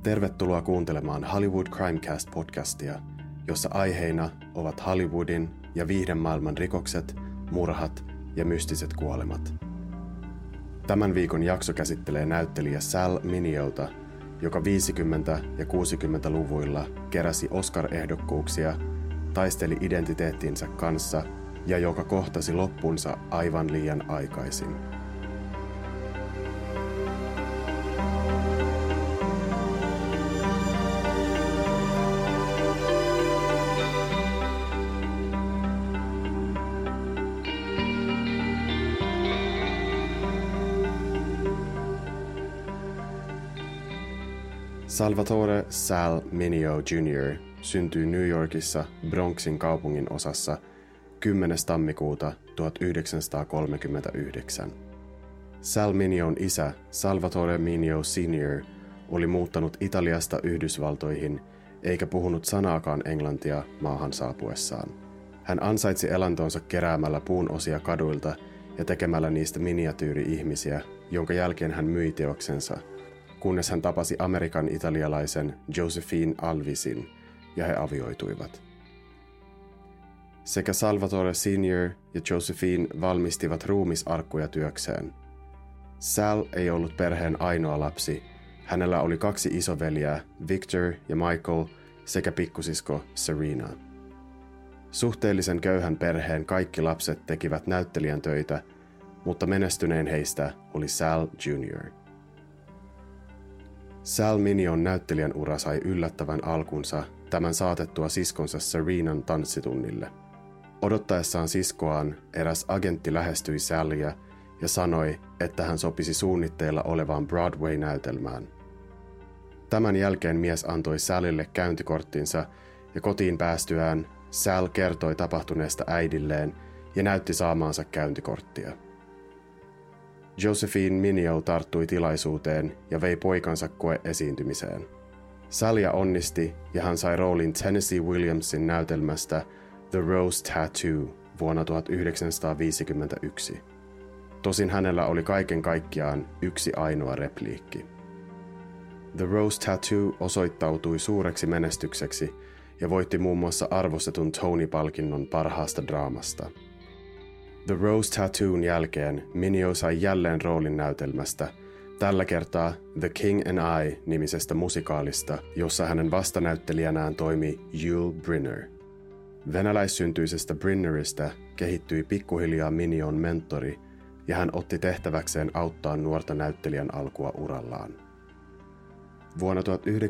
Tervetuloa kuuntelemaan Hollywood Crimecast-podcastia, jossa aiheina ovat Hollywoodin ja viihdemaailman rikokset, murhat ja mystiset kuolemat. Tämän viikon jakso käsittelee näyttelijä Sal Miniota, joka 50- ja 60-luvuilla keräsi Oscar-ehdokkuuksia, taisteli identiteettinsä kanssa ja joka kohtasi loppunsa aivan liian aikaisin. Salvatore Sal Mineo Jr. syntyi New Yorkissa Bronxin kaupungin osassa 10. tammikuuta 1939. Sal Mineon isä Salvatore Mineo Sr. oli muuttanut Italiasta Yhdysvaltoihin eikä puhunut sanaakaan englantia maahan saapuessaan. Hän ansaitsi elantonsa keräämällä puun osia kaduilta ja tekemällä niistä miniatyyri-ihmisiä, jonka jälkeen hän myi teoksensa, kunnes hän tapasi Amerikan italialaisen Josephine Alvisin ja he avioituivat. Sekä Salvatore Sr. ja Josephine valmistivat ruumisarkkuja työkseen. Sal ei ollut perheen ainoa lapsi. Hänellä oli 2 isoveljeä, Victor ja Michael, sekä pikkusisko Serena. Suhteellisen köyhän perheen kaikki lapset tekivät näyttelijän töitä, mutta menestynein heistä oli Sal Jr. Sal Mineon näyttelijän ura sai yllättävän alkunsa tämän saatettua siskonsa Serenan tanssitunnille. Odottaessaan siskoaan eräs agentti lähestyi Salia ja sanoi, että hän sopisi suunnitteilla olevaan Broadway-näytelmään. Tämän jälkeen mies antoi Salille käyntikorttinsa ja kotiin päästyään Sal kertoi tapahtuneesta äidilleen ja näytti saamaansa käyntikorttia. Josephine Mineo tarttui tilaisuuteen ja vei poikansa koeesiintymiseen. Salia onnisti ja hän sai roolin Tennessee Williamsin näytelmästä The Rose Tattoo vuonna 1951. Tosin hänellä oli kaiken kaikkiaan yksi ainoa repliikki. The Rose Tattoo osoittautui suureksi menestykseksi ja voitti muun muassa arvostetun Tony-palkinnon parhaasta draamasta. The Rose Tattoon jälkeen Mineo sai jälleen roolin näytelmästä, tällä kertaa The King and I-nimisestä musikaalista, jossa hänen vastanäyttelijänään toimi Yul Brynner. Venäläissyntyisestä Brynneristä kehittyi pikkuhiljaa Mineon mentori, ja hän otti tehtäväkseen auttaa nuorta näyttelijän alkua urallaan. Vuonna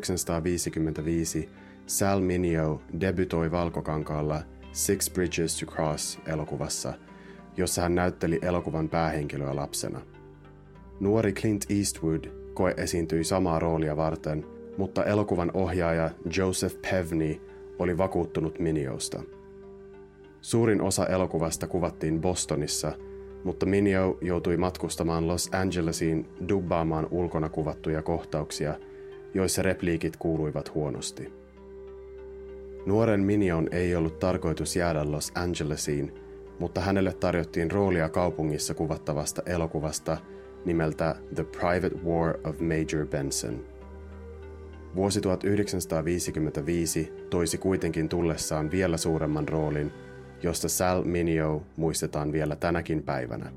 1955 Sal Mineo debytoi valkokankaalla Six Bridges to Cross -elokuvassa, jossa hän näytteli elokuvan päähenkilöä lapsena. Nuori Clint Eastwood koeesiintyi samaa roolia varten, mutta elokuvan ohjaaja Joseph Pevney oli vakuuttunut Mineosta. Suurin osa elokuvasta kuvattiin Bostonissa, mutta Mineo joutui matkustamaan Los Angelesiin dubbaamaan ulkona kuvattuja kohtauksia, joissa repliikit kuuluivat huonosti. Nuoren Mineon ei ollut tarkoitus jäädä Los Angelesiin, mutta hänelle tarjottiin roolia kaupungissa kuvattavasta elokuvasta nimeltä The Private War of Major Benson. Vuosi 1955 toisi kuitenkin tullessaan vielä suuremman roolin, josta Sal Mineo muistetaan vielä tänäkin päivänä.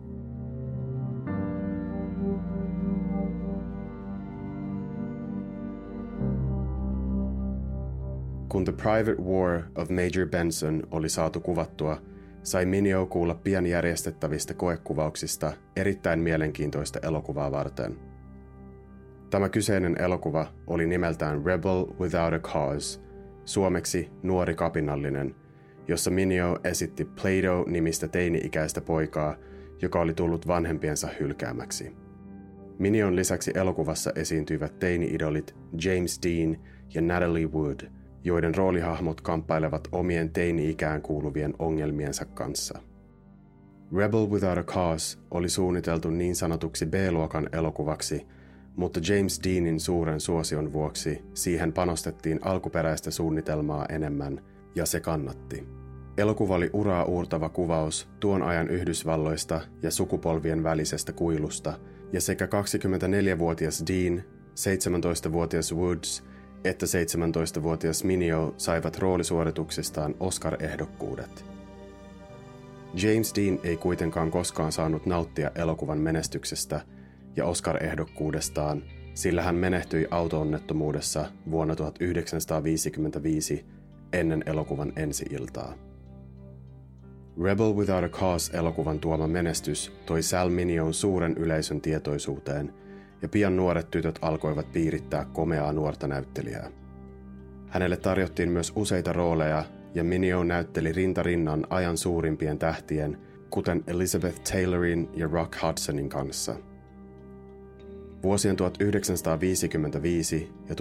Kun The Private War of Major Benson oli saatu kuvattua, sai Mineo kuulla pian järjestettävistä koekuvauksista erittäin mielenkiintoista elokuvaa varten. Tämä kyseinen elokuva oli nimeltään Rebel Without a Cause, suomeksi Nuori kapinallinen, jossa Mineo esitti Plato-nimistä teini-ikäistä poikaa, joka oli tullut vanhempiensa hylkäämäksi. Mineon lisäksi elokuvassa esiintyivät teini-idolit James Dean ja Natalie Wood, joiden roolihahmot kamppailevat omien teini-ikään kuuluvien ongelmiensa kanssa. Rebel Without a Cause oli suunniteltu niin sanotuksi B-luokan elokuvaksi, mutta James Deanin suuren suosion vuoksi siihen panostettiin alkuperäistä suunnitelmaa enemmän, ja se kannatti. Elokuva oli uraa uurtava kuvaus tuon ajan Yhdysvalloista ja sukupolvien välisestä kuilusta, ja sekä 24-vuotias Dean, 17-vuotias Woods että 17-vuotias Mineo saivat roolisuorituksistaan Oscar-ehdokkuudet. James Dean ei kuitenkaan koskaan saanut nauttia elokuvan menestyksestä ja Oscar-ehdokkuudestaan, sillä hän menehtyi auto-onnettomuudessa vuonna 1955 ennen elokuvan ensi-iltaa. Rebel Without a Cause-elokuvan tuoma menestys toi Sal Mineon suuren yleisön tietoisuuteen, ja pian nuoret tytöt alkoivat piirittää komeaa nuorta näyttelijää. Hänelle tarjottiin myös useita rooleja, ja Mineo näytteli rinta rinnan ajan suurimpien tähtien, kuten Elizabeth Taylorin ja Rock Hudsonin kanssa. Vuosien 1955 ja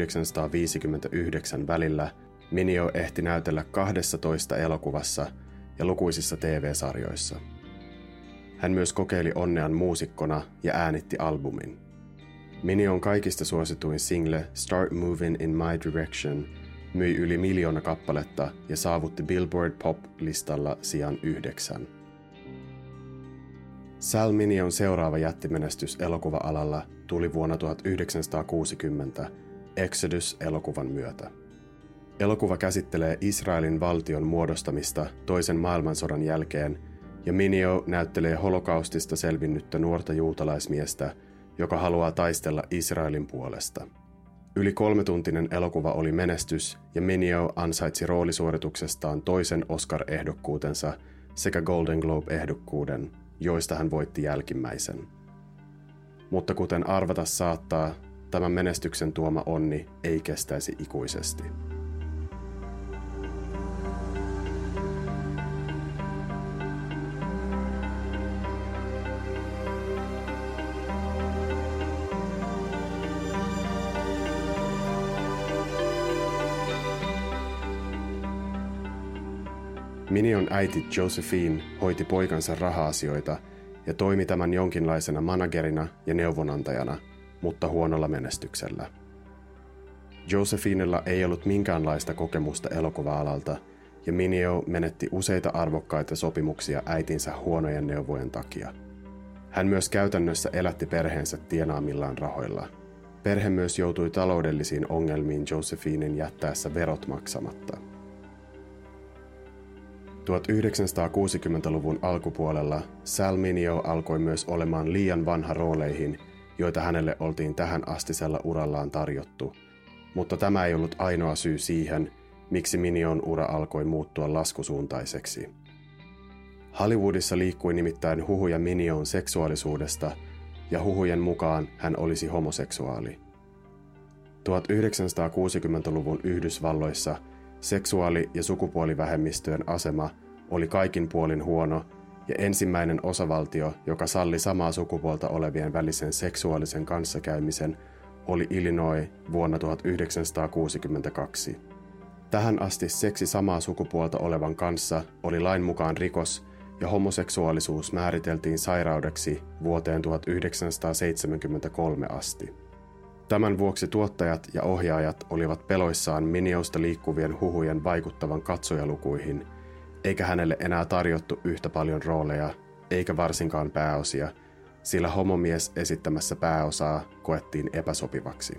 1959 välillä Mineo ehti näytellä 12 elokuvassa ja lukuisissa TV-sarjoissa. Hän myös kokeili onneaan muusikkona ja äänitti albumin. Mineon kaikista suosituin single Start Moving in My Direction myi yli 1 miljoona kappaletta ja saavutti Billboard Pop-listalla sijan 9. Sal Mineon seuraava jättimenestys elokuva-alalla tuli vuonna 1960 Exodus-elokuvan myötä. Elokuva käsittelee Israelin valtion muodostamista toisen maailmansodan jälkeen, ja Mineo näyttelee holokaustista selvinnyttä nuorta juutalaismiestä, joka haluaa taistella Israelin puolesta. Yli 3-tuntinen elokuva oli menestys, ja Mineo ansaitsi roolisuorituksestaan toisen Oscar-ehdokkuutensa sekä Golden Globe-ehdokkuuden, joista hän voitti jälkimmäisen. Mutta kuten arvata saattaa, tämän menestyksen tuoma onni ei kestäisi ikuisesti. Mineon äiti Josephine hoiti poikansa raha-asioita ja toimi tämän jonkinlaisena managerina ja neuvonantajana, mutta huonolla menestyksellä. Josephinella ei ollut minkäänlaista kokemusta elokuva-alalta, ja Mineo menetti useita arvokkaita sopimuksia äitinsä huonojen neuvojen takia. Hän myös käytännössä elätti perheensä tienaamillaan rahoilla. Perhe myös joutui taloudellisiin ongelmiin Josephinen jättäessä verot maksamatta. 1960-luvun alkupuolella Sal Mineo alkoi myös olemaan liian vanha rooleihin, joita hänelle oltiin tähän astisella urallaan tarjottu, mutta tämä ei ollut ainoa syy siihen, miksi Mineon ura alkoi muuttua laskusuuntaiseksi. Hollywoodissa liikkui nimittäin huhuja Mineon seksuaalisuudesta, ja huhujen mukaan hän olisi homoseksuaali. 1960-luvun Yhdysvalloissa seksuaali- ja sukupuolivähemmistöjen asema oli kaikin puolin huono, ja ensimmäinen osavaltio, joka salli samaa sukupuolta olevien välisen seksuaalisen kanssakäymisen, oli Illinois vuonna 1962. Tähän asti seksi samaa sukupuolta olevan kanssa oli lain mukaan rikos, ja homoseksuaalisuus määriteltiin sairaudeksi vuoteen 1973 asti. Tämän vuoksi tuottajat ja ohjaajat olivat peloissaan Mineosta liikkuvien huhujen vaikuttavan katsojalukuihin, eikä hänelle enää tarjottu yhtä paljon rooleja, eikä varsinkaan pääosia, sillä homomies esittämässä pääosaa koettiin epäsopivaksi.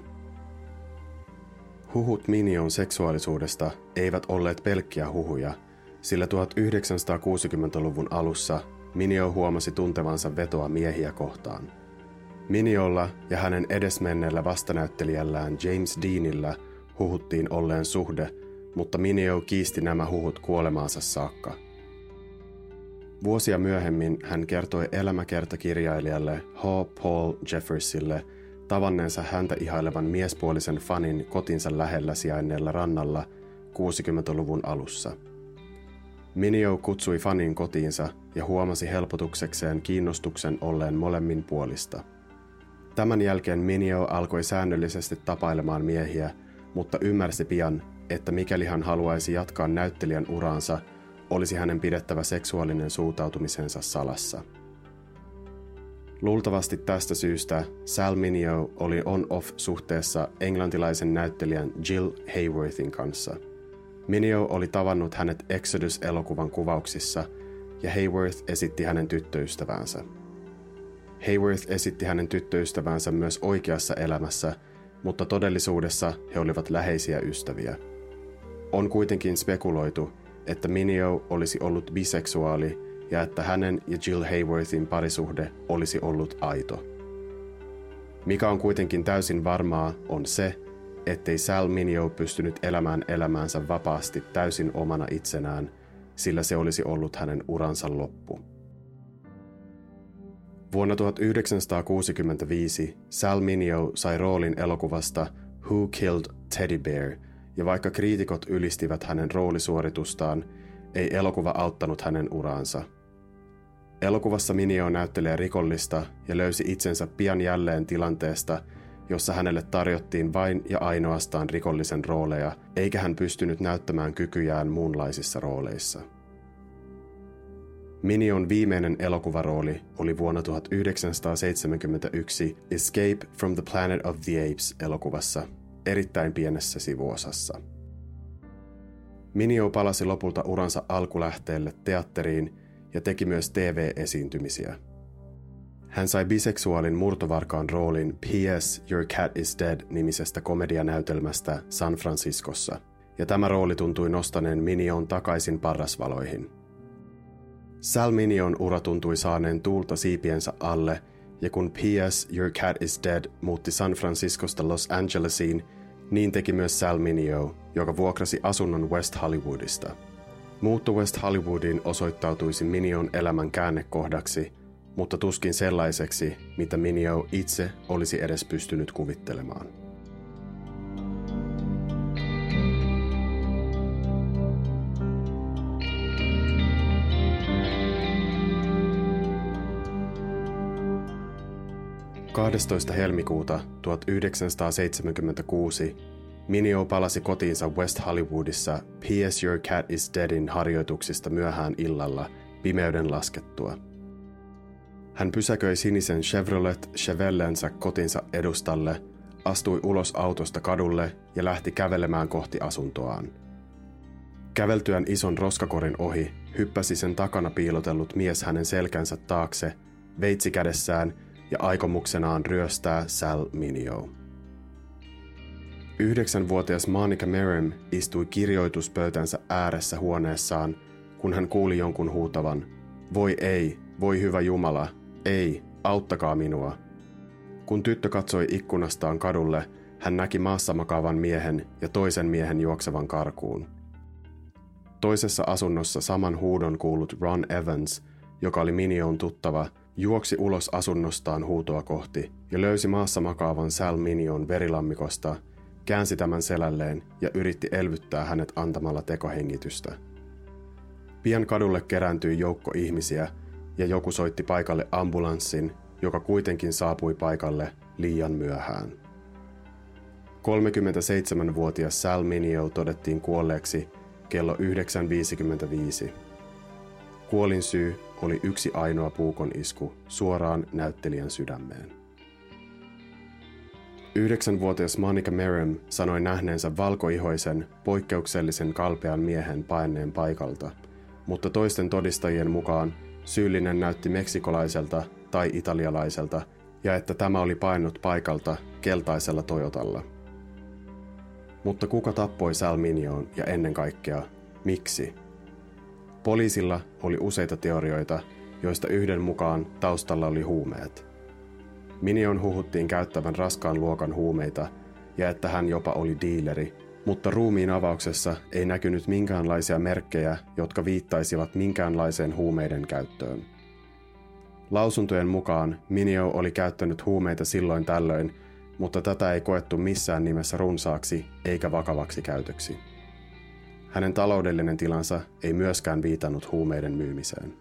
Huhut Mineon seksuaalisuudesta eivät olleet pelkkiä huhuja, sillä 1960-luvun alussa Mineo huomasi tuntevansa vetoa miehiä kohtaan. Mineolla ja hänen edesmenneellä vastanäyttelijällään James Deanillä huhuttiin olleen suhde, mutta Mineo kiisti nämä huhut kuolemaansa saakka. Vuosia myöhemmin hän kertoi elämäkertakirjailijalle H. Paul Jeffersille tavanneensa häntä ihailevan miespuolisen fanin kotinsa lähellä sijainneella rannalla 60-luvun alussa. Mineo kutsui fanin kotiinsa ja huomasi helpotuksekseen kiinnostuksen olleen molemmin puolista. Tämän jälkeen Mineo alkoi säännöllisesti tapailemaan miehiä, mutta ymmärsi pian, että mikäli hän haluaisi jatkaa näyttelijän uraansa, olisi hänen pidettävä seksuaalinen suuntautumisensa salassa. Luultavasti tästä syystä Sal Mineo oli on-off-suhteessa englantilaisen näyttelijän Jill Hayworthin kanssa. Mineo oli tavannut hänet Exodus-elokuvan kuvauksissa, ja Hayworth esitti hänen tyttöystäväänsä. Hayworth esitti hänen tyttöystävänsä myös oikeassa elämässä, mutta todellisuudessa he olivat läheisiä ystäviä. On kuitenkin spekuloitu, että Mineo olisi ollut biseksuaali ja että hänen ja Jill Hayworthin parisuhde olisi ollut aito. Mikä on kuitenkin täysin varmaa, on se, ettei Sal Mineo pystynyt elämään elämäänsä vapaasti täysin omana itsenään, sillä se olisi ollut hänen uransa loppu. Vuonna 1965 Sal Mineo sai roolin elokuvasta Who Killed Teddy Bear, ja vaikka kriitikot ylistivät hänen roolisuoritustaan, ei elokuva auttanut hänen uraansa. Elokuvassa Mineo näyttelee rikollista ja löysi itsensä pian jälleen tilanteesta, jossa hänelle tarjottiin vain ja ainoastaan rikollisen rooleja, eikä hän pystynyt näyttämään kykyjään muunlaisissa rooleissa. Mineon viimeinen elokuvarooli oli vuonna 1971 Escape from the Planet of the Apes -elokuvassa, erittäin pienessä sivuosassa. Mineo palasi lopulta uransa alkulähteelle teatteriin ja teki myös TV-esiintymisiä. Hän sai biseksuaalin murtovarkaan roolin P.S. Your Cat is Dead -nimisestä komedianäytelmästä San Franciscossa, ja tämä rooli tuntui nostaneen Mineon takaisin parrasvaloihin. Sal Mineon ura tuntui saaneen tuulta siipiensä alle, ja kun P.S. Your Cat is Dead muutti San Franciscosta Los Angelesiin, niin teki myös Sal Mineo, joka vuokrasi asunnon West Hollywoodista. Muutto West Hollywoodiin osoittautuisi Mineon elämän käännekohdaksi, mutta tuskin sellaiseksi, mitä Mineo itse olisi edes pystynyt kuvittelemaan. Helmikuuta 1976 Mineo palasi kotiinsa West Hollywoodissa P.S. Your Cat is Deadin harjoituksista myöhään illalla pimeyden laskettua. Hän pysäköi sinisen Chevrolet Chevellensä kotinsa edustalle, astui ulos autosta kadulle ja lähti kävelemään kohti asuntoaan. Käveltyään ison roskakorin ohi hyppäsi sen takana piilotellut mies hänen selkänsä taakse, veitsi kädessään ja aikomuksenaan ryöstää Sal Mineo. 9-vuotias Monica Merrim istui kirjoituspöytänsä ääressä huoneessaan, kun hän kuuli jonkun huutavan, "Voi ei, voi hyvä Jumala, ei, auttakaa minua." Kun tyttö katsoi ikkunastaan kadulle, hän näki maassa makaavan miehen ja toisen miehen juoksevan karkuun. Toisessa asunnossa saman huudon kuullut Ron Evans, joka oli Mineon tuttava, juoksi ulos asunnostaan huutoa kohti ja löysi maassa makaavan Sal Mineon verilammikosta, käänsi tämän selälleen ja yritti elvyttää hänet antamalla tekohengitystä. Pian kadulle kerääntyi joukko ihmisiä ja joku soitti paikalle ambulanssin, joka kuitenkin saapui paikalle liian myöhään. 37-vuotias Sal Mineo todettiin kuolleeksi kello 9.55. Kuolinsyy oli yksi ainoa puukon isku suoraan näyttelijän sydämeen. 9-vuotias Monica Merrim sanoi nähneensä valkoihoisen, poikkeuksellisen kalpean miehen paenneen paikalta, mutta toisten todistajien mukaan syyllinen näytti meksikolaiselta tai italialaiselta ja että tämä oli paennut paikalta keltaisella Toyotalla. Mutta kuka tappoi Sal Mineon ja ennen kaikkea, miksi? Poliisilla oli useita teorioita, joista yhden mukaan taustalla oli huumeet. Mineon huhuttiin käyttävän raskaan luokan huumeita ja että hän jopa oli diileri, mutta ruumiin avauksessa ei näkynyt minkäänlaisia merkkejä, jotka viittaisivat minkäänlaiseen huumeiden käyttöön. Lausuntojen mukaan Mineo oli käyttänyt huumeita silloin tällöin, mutta tätä ei koettu missään nimessä runsaaksi eikä vakavaksi käytöksi. Hänen taloudellinen tilansa ei myöskään viitannut huumeiden myymiseen.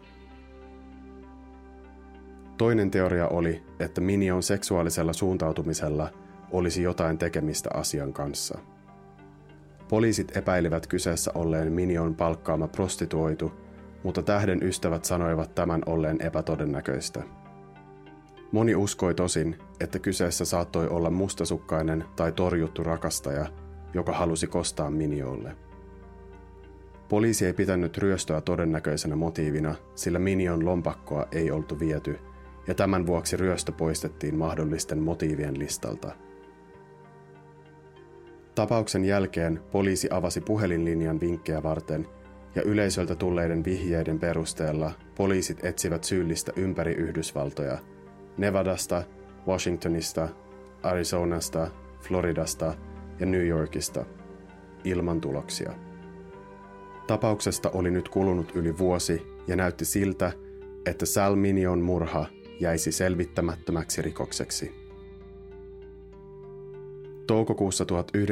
Toinen teoria oli, että Mineon seksuaalisella suuntautumisella olisi jotain tekemistä asian kanssa. Poliisit epäilivät kyseessä olleen Mineon palkkaama prostituoitu, mutta tähden ystävät sanoivat tämän olleen epätodennäköistä. Moni uskoi tosin, että kyseessä saattoi olla mustasukkainen tai torjuttu rakastaja, joka halusi kostaa Mineolle. Poliisi ei pitänyt ryöstöä todennäköisenä motiivina, sillä Mineon lompakkoa ei oltu viety, ja tämän vuoksi ryöstö poistettiin mahdollisten motiivien listalta. Tapauksen jälkeen poliisi avasi puhelinlinjan vinkkejä varten, ja yleisöltä tulleiden vihjeiden perusteella poliisit etsivät syyllistä ympäri Yhdysvaltoja, Nevadasta, Washingtonista, Arizonasta, Floridasta ja New Yorkista, ilman tuloksia. Tapauksesta oli nyt kulunut yli vuosi ja näytti siltä, että Sal Minion murha jäisi selvittämättömäksi rikokseksi. Toukokuussa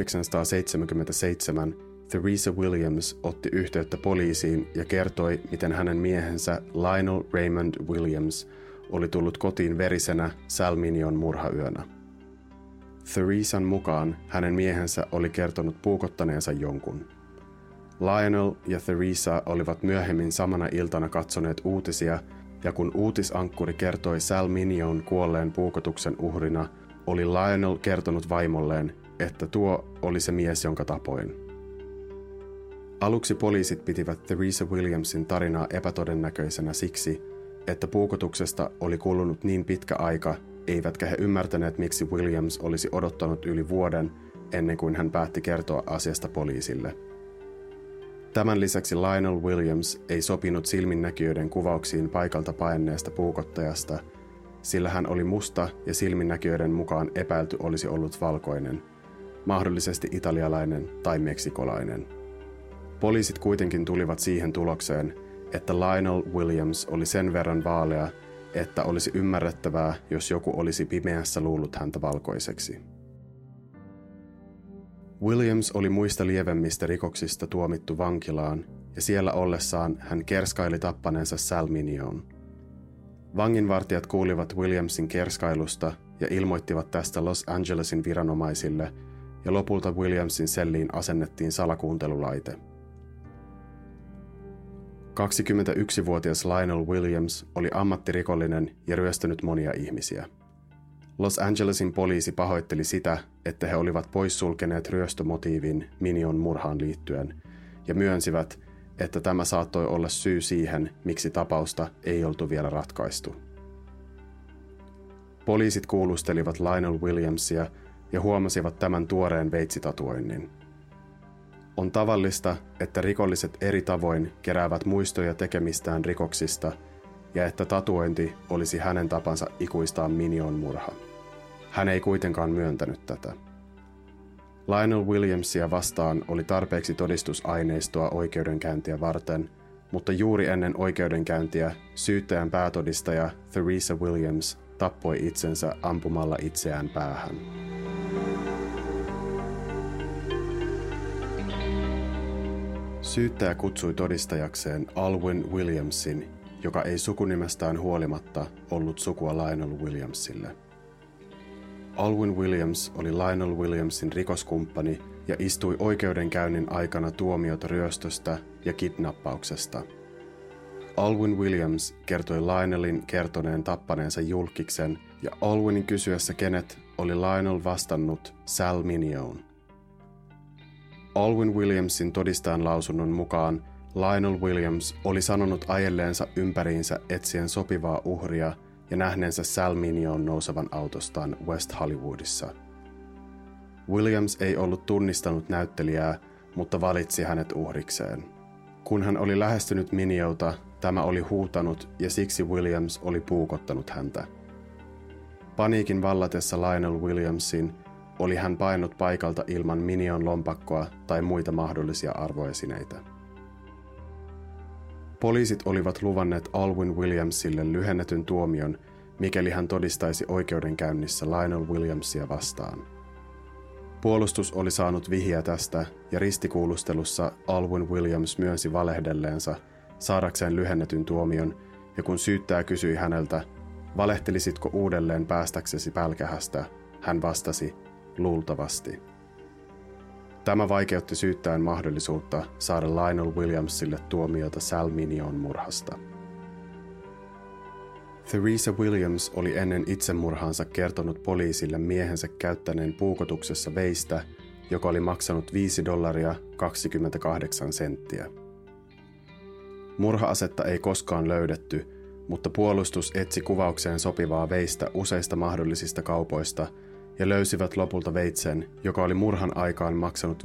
1977 Theresa Williams otti yhteyttä poliisiin ja kertoi, miten hänen miehensä Lionel Raymond Williams oli tullut kotiin verisenä Sal Minion murhayönä. Theresan mukaan hänen miehensä oli kertonut puukottaneensa jonkun. Lionel ja Theresa olivat myöhemmin samana iltana katsoneet uutisia, ja kun uutisankkuri kertoi Sal Minion kuolleen puukotuksen uhrina, oli Lionel kertonut vaimolleen, että tuo oli se mies, jonka tapoin. Aluksi poliisit pitivät Theresa Williamsin tarinaa epätodennäköisenä siksi, että puukotuksesta oli kulunut niin pitkä aika, eivätkä he ymmärtäneet, miksi Williams olisi odottanut yli vuoden ennen kuin hän päätti kertoa asiasta poliisille. Tämän lisäksi Lionel Williams ei sopinut silminnäkijöiden kuvauksiin paikalta paenneesta puukottajasta, sillä hän oli musta ja silminnäkijöiden mukaan epäilty olisi ollut valkoinen, mahdollisesti italialainen tai meksikolainen. Poliisit kuitenkin tulivat siihen tulokseen, että Lionel Williams oli sen verran vaalea, että olisi ymmärrettävää, jos joku olisi pimeässä luullut häntä valkoiseksi. Williams oli muista lievemmistä rikoksista tuomittu vankilaan, ja siellä ollessaan hän kerskaili tappaneensa Sal Minion. Vanginvartijat kuulivat Williamsin kerskailusta ja ilmoittivat tästä Los Angelesin viranomaisille, ja lopulta Williamsin selliin asennettiin salakuuntelulaite. 21-vuotias Lionel Williams oli ammattirikollinen ja ryöstänyt monia ihmisiä. Los Angelesin poliisi pahoitteli sitä, että he olivat poissulkeneet ryöstömotiivin Minion murhaan liittyen, ja myönsivät, että tämä saattoi olla syy siihen, miksi tapausta ei oltu vielä ratkaistu. Poliisit kuulustelivat Lionel Williamsia ja huomasivat tämän tuoreen veitsitatuoinnin. On tavallista, että rikolliset eri tavoin keräävät muistoja tekemistään rikoksista ja että tatuointi olisi hänen tapansa ikuistaa Minion murha. Hän ei kuitenkaan myöntänyt tätä. Lionel Williamsia vastaan oli tarpeeksi todistusaineistoa oikeudenkäyntiä varten, mutta juuri ennen oikeudenkäyntiä syyttäjän päätodistaja Theresa Williams tappoi itsensä ampumalla itseään päähän. Syyttäjä kutsui todistajakseen Alwyn Williamsin, joka ei sukunimestään huolimatta ollut sukua Lionel Williamsille. Alwyn Williams oli Lionel Williamsin rikoskumppani ja istui oikeudenkäynnin aikana tuomiota ryöstöstä ja kidnappauksesta. Alwyn Williams kertoi Lionelin kertoneen tappaneensa julkiksen, ja Alwynin kysyessä kenet, oli Lionel vastannut Sal Minion. Alwyn Williamsin todistajan lausunnon mukaan Lionel Williams oli sanonut ajelleensa ympäriinsä etsien sopivaa uhria ja nähneensä Sal Minion nousevan autostaan West Hollywoodissa. Williams ei ollut tunnistanut näyttelijää, mutta valitsi hänet uhrikseen. Kun hän oli lähestynyt Miniota, tämä oli huutanut ja siksi Williams oli puukottanut häntä. Paniikin vallatessa Lionel Williamsin oli hän paennut paikalta ilman Minion lompakkoa tai muita mahdollisia arvoesineitä. Poliisit olivat luvanneet Alwyn Williamsille lyhennetyn tuomion, mikäli hän todistaisi oikeudenkäynnissä Lionel Williamsia vastaan. Puolustus oli saanut vihjeä tästä, ja ristikuulustelussa Alwyn Williams myönsi valehdelleensa saadakseen lyhennetyn tuomion, ja kun syyttäjä kysyi häneltä, valehtelisitko uudelleen päästäksesi pälkähästä, hän vastasi, luultavasti. Tämä vaikeutti syyttäjän mahdollisuutta saada Lionel Williamsille tuomiota Sal Minion murhasta. Theresa Williams oli ennen itsemurhaansa kertonut poliisille miehensä käyttäneen puukotuksessa veistä, joka oli maksanut $5.28. Murha-asetta ei koskaan löydetty, mutta puolustus etsi kuvaukseen sopivaa veistä useista mahdollisista kaupoista ja löysivät lopulta veitsen, joka oli murhan aikaan maksanut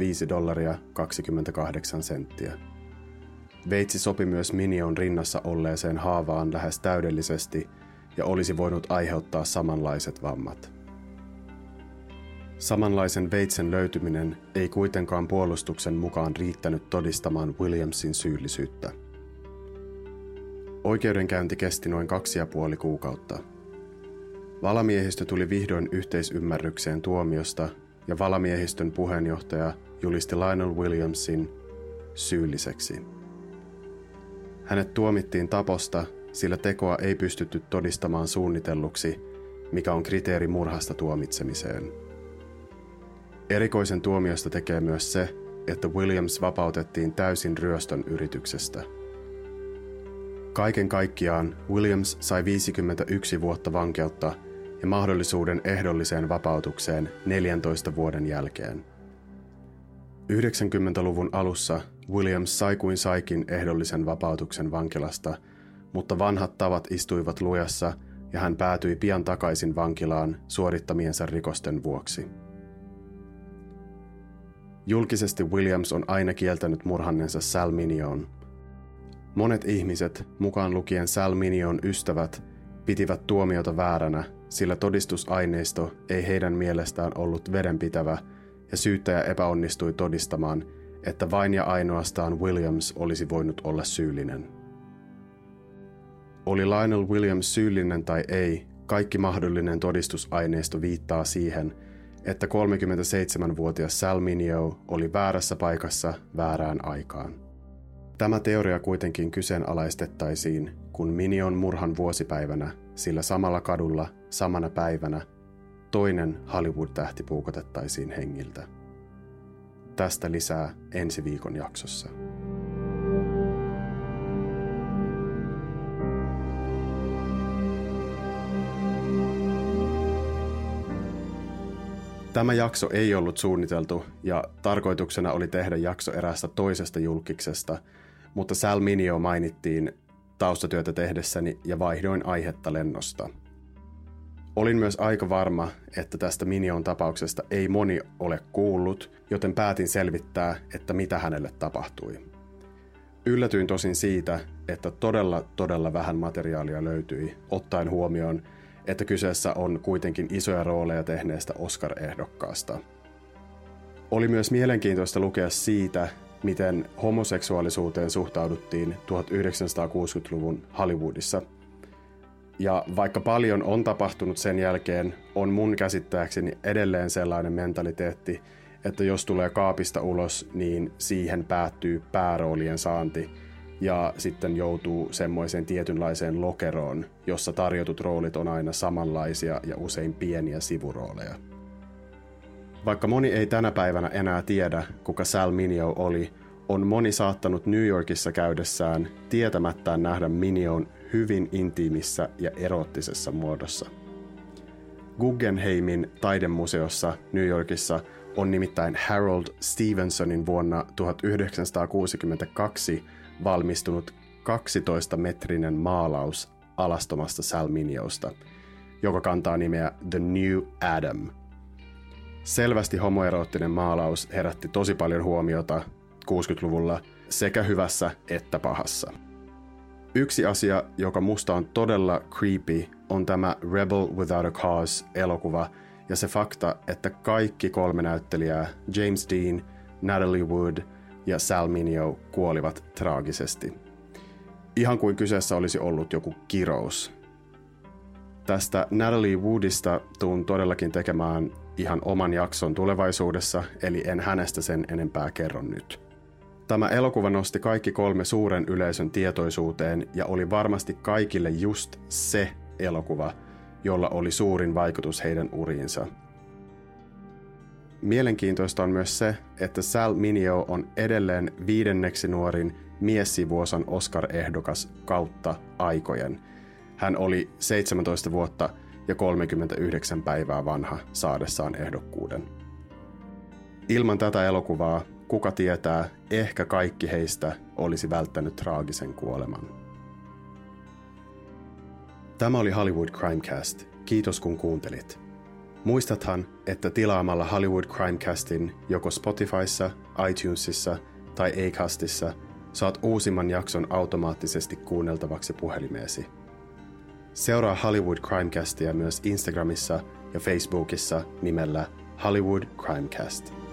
$5.28. Veitsi sopi myös Minion rinnassa olleeseen haavaan lähes täydellisesti ja olisi voinut aiheuttaa samanlaiset vammat. Samanlaisen veitsen löytyminen ei kuitenkaan puolustuksen mukaan riittänyt todistamaan Williamsin syyllisyyttä. Oikeudenkäynti kesti noin 2,5 kuukautta. Valamiehistö tuli vihdoin yhteisymmärrykseen tuomiosta ja valamiehistön puheenjohtaja julisti Lionel Williamsin syylliseksi. Hänet tuomittiin taposta, sillä tekoa ei pystytty todistamaan suunnitelluksi, mikä on kriteeri murhasta tuomitsemiseen. Erikoisen tuomiosta tekee myös se, että Williams vapautettiin täysin ryöstön yrityksestä. Kaiken kaikkiaan Williams sai 51 vuotta vankeutta ja mahdollisuuden ehdolliseen vapautukseen 14 vuoden jälkeen. 90-luvun alussa Williams sai kuin saikin ehdollisen vapautuksen vankilasta, mutta vanhat tavat istuivat lujassa ja hän päätyi pian takaisin vankilaan suorittamiensa rikosten vuoksi. Julkisesti Williams on aina kieltänyt murhanneensa Sal Minion. Monet ihmiset, mukaan lukien Sal Minion ystävät, pitivät tuomiota vääränä, sillä todistusaineisto ei heidän mielestään ollut vedenpitävä ja syyttäjä epäonnistui todistamaan, että vain ja ainoastaan Williams olisi voinut olla syyllinen. Oli Lionel Williams syyllinen tai ei, kaikki mahdollinen todistusaineisto viittaa siihen, että 37-vuotias Sal Mineo oli väärässä paikassa väärään aikaan. Tämä teoria kuitenkin kyseenalaistettaisiin, kun Minion murhan vuosipäivänä, sillä samalla kadulla, samana päivänä, toinen Hollywood-tähti puukotettaisiin hengiltä. Tästä lisää ensi viikon jaksossa. Tämä jakso ei ollut suunniteltu ja tarkoituksena oli tehdä jakso eräästä toisesta julkiksesta, mutta Sal Mineo mainittiin taustatyötä tehdessäni ja vaihdoin aihetta lennosta. Olin myös aika varma, että tästä Minion tapauksesta ei moni ole kuullut, joten päätin selvittää, että mitä hänelle tapahtui. Yllätyin tosin siitä, että todella vähän materiaalia löytyi, ottaen huomioon, että kyseessä on kuitenkin isoja rooleja tehneestä Oscar-ehdokkaasta. Oli myös mielenkiintoista lukea siitä, miten homoseksuaalisuuteen suhtauduttiin 1960-luvun Hollywoodissa. Ja vaikka paljon on tapahtunut sen jälkeen, on mun käsittääkseni edelleen sellainen mentaliteetti, että jos tulee kaapista ulos, niin siihen päättyy pääroolien saanti ja sitten joutuu semmoiseen tietynlaiseen lokeroon, jossa tarjotut roolit on aina samanlaisia ja usein pieniä sivurooleja. Vaikka moni ei tänä päivänä enää tiedä, kuka Sal Mineo oli, on moni saattanut New Yorkissa käydessään tietämättään nähdä Minion hyvin intiimissä ja eroottisessa muodossa. Guggenheimin taidemuseossa New Yorkissa on nimittäin Harold Stevensonin vuonna 1962 valmistunut 12-metrinen maalaus alastomasta Sal Mineosta, joka kantaa nimeä The New Adam. Selvästi homoeroottinen maalaus herätti tosi paljon huomiota 60-luvulla sekä hyvässä että pahassa. Yksi asia, joka musta on todella creepy, on tämä Rebel Without a Cause-elokuva ja se fakta, että kaikki 3 näyttelijää, James Dean, Natalie Wood ja Sal Mineo, kuolivat traagisesti. Ihan kuin kyseessä olisi ollut joku kirous. Tästä Natalie Woodista tuun todellakin tekemään ihan oman jakson tulevaisuudessa, eli en hänestä sen enempää kerro nyt. Tämä elokuva nosti kaikki 3 suuren yleisön tietoisuuteen ja oli varmasti kaikille just se elokuva, jolla oli suurin vaikutus heidän uriinsa. Mielenkiintoista on myös se, että Sal Mineo on edelleen 5. nuorin miessivuosan Oscar-ehdokas kautta aikojen. Hän oli 17 vuotta ja 39 päivää vanha saadessaan ehdokkuuden. Ilman tätä elokuvaa, kuka tietää, ehkä kaikki heistä olisi välttänyt traagisen kuoleman. Tämä oli Hollywood Crimecast. Kiitos kun kuuntelit. Muistathan, että tilaamalla Hollywood Crimecastin joko Spotifyssa, iTunesissa tai Acastissa saat uusimman jakson automaattisesti kuunneltavaksi puhelimeesi. Seuraa Hollywood Crimecastia myös Instagramissa ja Facebookissa nimellä Hollywood Crimecast.